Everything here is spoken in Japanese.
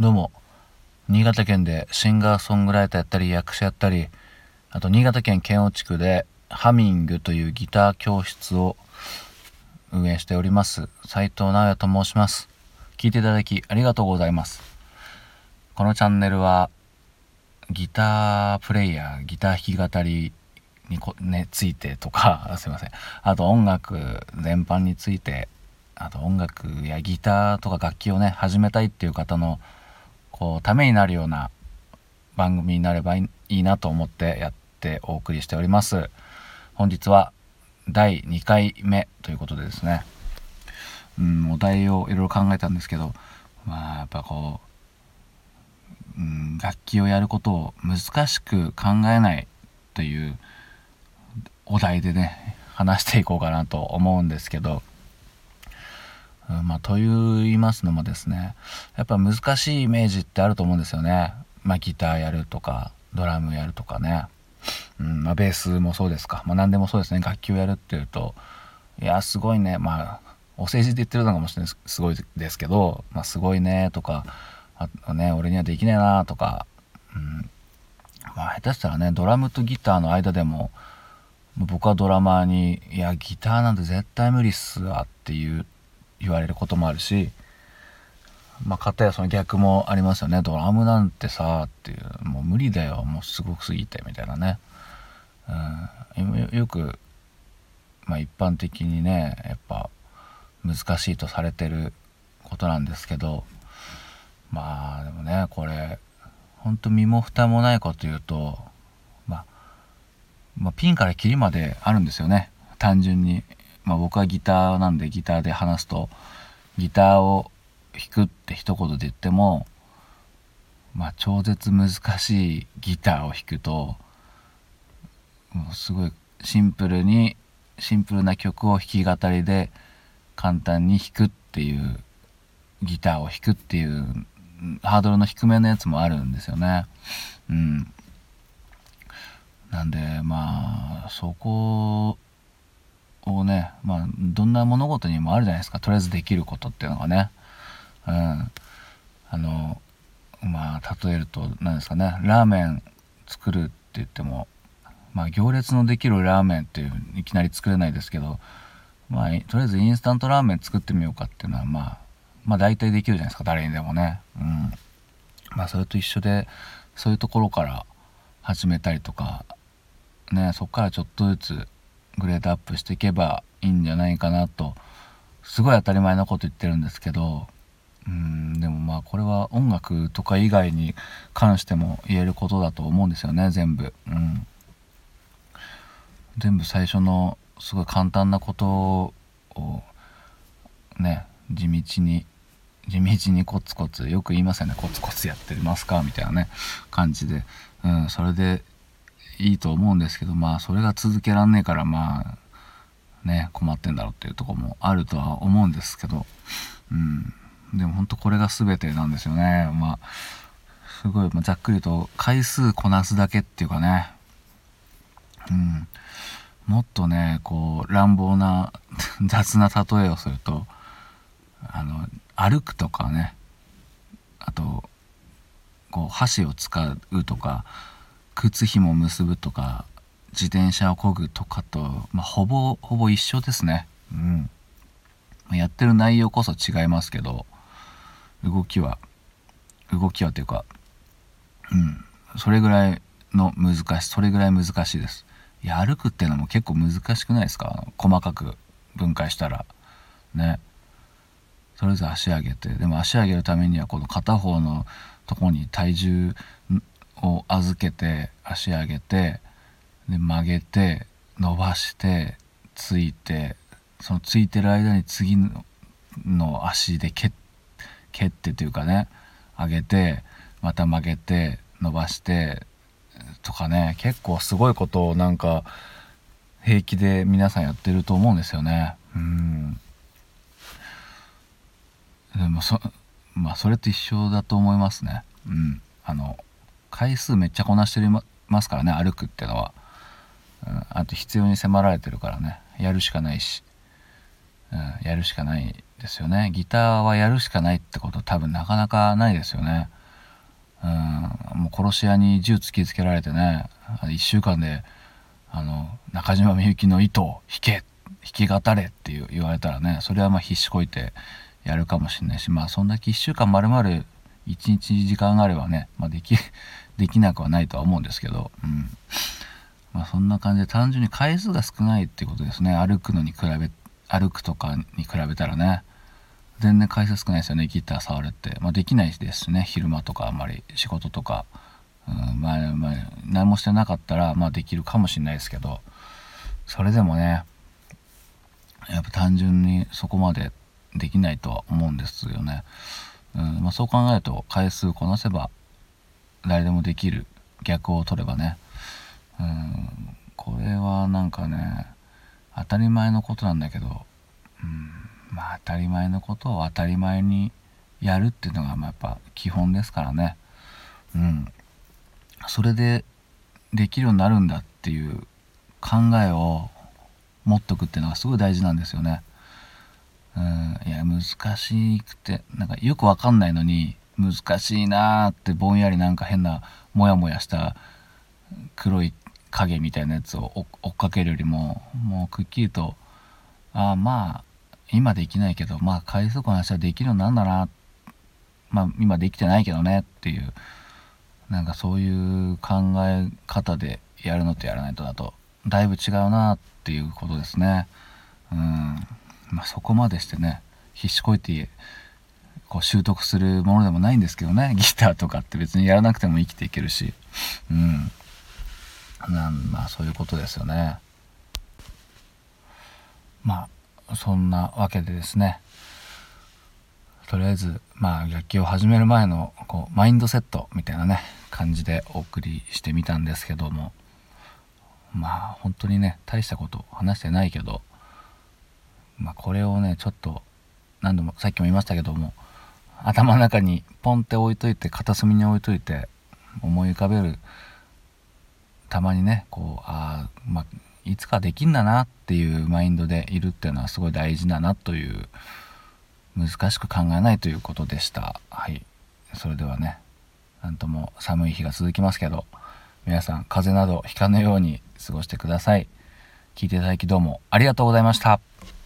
どうも、新潟県でシンガーソングライターやったり役者やったり、あと新潟県県央地区でハミングというギター教室を運営しております斉藤直也と申します。聞いていただきありがとうございます。このチャンネルはギタープレイヤー、ギター弾き語りについてとかすいません、あと音楽全般について、あと音楽やギターとか楽器を始めたいっていう方のためになるような番組になればいいなと思ってやってお送りしております。本日は第2回目ということでですね、お題をいろいろ考えたんですけど、やっぱ楽器をやることを難しく考えないというお題で話していこうかなと思うんですけど、と言いますのもですね、やっぱ難しいイメージってあると思うんですよね。ギターやるとかドラムやるとかね、ベースもそうですか、何でもそうですね。楽器をやるっていうと、いやすごいね、お世辞で言ってるのかもしれないすごいですけど、すごいねとか、俺にはできねえなとか、下手したらドラムとギターの間でも僕はドラマーにいやギターなんて絶対無理っすわって言われることもあるし、片やその逆もありますよね。ドラムなんてさっていう、もう無理だよ、もうすごくすぎてみたいなね。よく一般的にやっぱ難しいとされてることなんですけど、でもこれほんと身も蓋もないこと言うと、ピンからキリまであるんですよね。単純に、僕はギターなんで、ギターで話すと、ギターを弾くって一言で言っても、超絶難しいギターを弾くと、もうすごいシンプルな曲を弾き語りで簡単に弾くっていう、ギターを弾くっていうハードルの低めのやつもあるんですよね。なんでそこをどんな物事にもあるじゃないですか。とりあえずできることっていうのがね。例えると何ですかね、ラーメン作るって言っても、行列のできるラーメンっていきなり作れないですけど、とりあえずインスタントラーメン作ってみようかっていうのは大体できるじゃないですか、誰にでもね。それと一緒で、そういうところから始めたりとかそこからちょっとずつグレードアップしていけばいいんじゃないかなと、すごい当たり前なこと言ってるんですけど、でもこれは音楽とか以外に関しても言えることだと思うんですよね。全部最初のすごい簡単なことを地道にコツコツ、よく言いますよね、コツコツやってますかみたいな感じで、それでいいと思うんですけど、それが続けらんねえから困ってんだろうっていうところもあるとは思うんですけど、でも本当これが全てなんですよね。すごいざっくりと回数こなすだけっていうかね、もっと乱暴な雑な例えをすると、歩くとかあと箸を使うとか、靴紐結ぶとか、自転車を漕ぐとかと、ほぼ一緒ですね。やってる内容こそ違いますけど、動きはというか、それぐらい難しいです。いや、歩くっていうのも結構難しくないですか？細かく分解したらとりあえず足上げて、でも足上げるためにはこの片方のとこに体重を預けて足上げて、で曲げて伸ばしてついて、そのついてる間に次の足で蹴ってというか上げてまた曲げて伸ばしてとか結構すごいことを平気で皆さんやってると思うんですよね。でもそれと一緒だと思いますね。回数めっちゃこなしてますからね、歩くってのは。あと必要に迫られてるからやるしかないし、やるしかないですよね。ギターはやるしかないってこと多分なかなかないですよね。もう殺し屋に銃突きつけられてね、1週間で中島みゆきの糸を弾き語れって言われたらね、それはまあ必死こいてやるかもしれないし、まあそんだけ1週間丸々1日時間があればね、まあ、できなくはないとは思うんですけど、まあそんな感じで単純に回数が少ないっていうことですね。歩くとかに比べたらね、全然回数少ないですよね、ギター触るって。まあできないですしね、昼間とかあんまり仕事とか、まあ何もしてなかったらまあできるかもしれないですけど、それでもね、やっぱ単純にそこまでできないとは思うんですよね。まあそう考えると回数こなせば誰でもできる、逆を取ればね、これはなんかね、当たり前のことなんだけど、まあ当たり前のことを当たり前にやるっていうのがまあやっぱ基本ですからね。それでできるようになるんだっていう考えを持っとくっていうのがすごい大事なんですよね。いや難しくてなんかよくわかんないのに難しいなーってぼんやりなんか変なモヤモヤした黒い影みたいなやつを追っかけるよりも、もうくっきりとまあ今できないけどまあ回数こなしたらできるようになるんだな、まあ今できてないけどねっていう、なんかそういう考え方でやるのとやらないとだとだいぶ違うなっていうことですね。まあそこまでしてね必死こいてこう習得するものでもないんですけどね、ギターとかって別にやらなくても生きていけるし、まあそういうことですよね。まあそんなわけでですね、とりあえずまあ楽器を始める前のこうマインドセットみたいなね感じでお送りしてみたんですけども、まあ本当にね大したこと話してないけど、まあこれをねちょっと何度もさっきも言いましたけども、頭の中にポンって置いといて片隅に置いといて思い浮かべる、たまにねこうまあいつかできんだなっていうマインドでいるっていうのはすごい大事だなという、難しく考えないということでした。はい、それではね、なんとも寒い日が続きますけど、皆さん風邪などひかぬように過ごしてください。聞いていただきどうもありがとうございました。